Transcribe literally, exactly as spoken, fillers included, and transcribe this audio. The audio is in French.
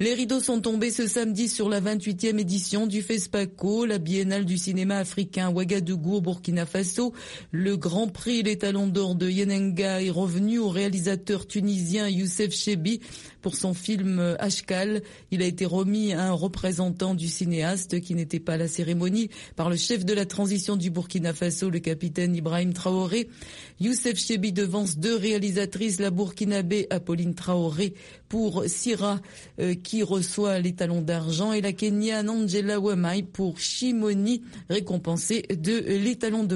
Les rideaux sont tombés ce samedi sur la vingt-huitième édition du FESPACO, la biennale du cinéma africain Ouagadougou au Burkina Faso. Le Grand Prix Les Talons d'Or de Yenenga est revenu au réalisateur tunisien Youssef Chebbi pour son film Ashkal. Il a été remis à un représentant du cinéaste qui n'était pas à la cérémonie par le chef de la transition du Burkina Faso, le capitaine Ibrahim Traoré. Youssef Chebbi devance deux réalisatrices, la burkinabé Apolline Traoré pour Sira euh, qui reçoit les talons d'argent et la Kenyane Angela Wamai pour Shimoni récompensée de les talons de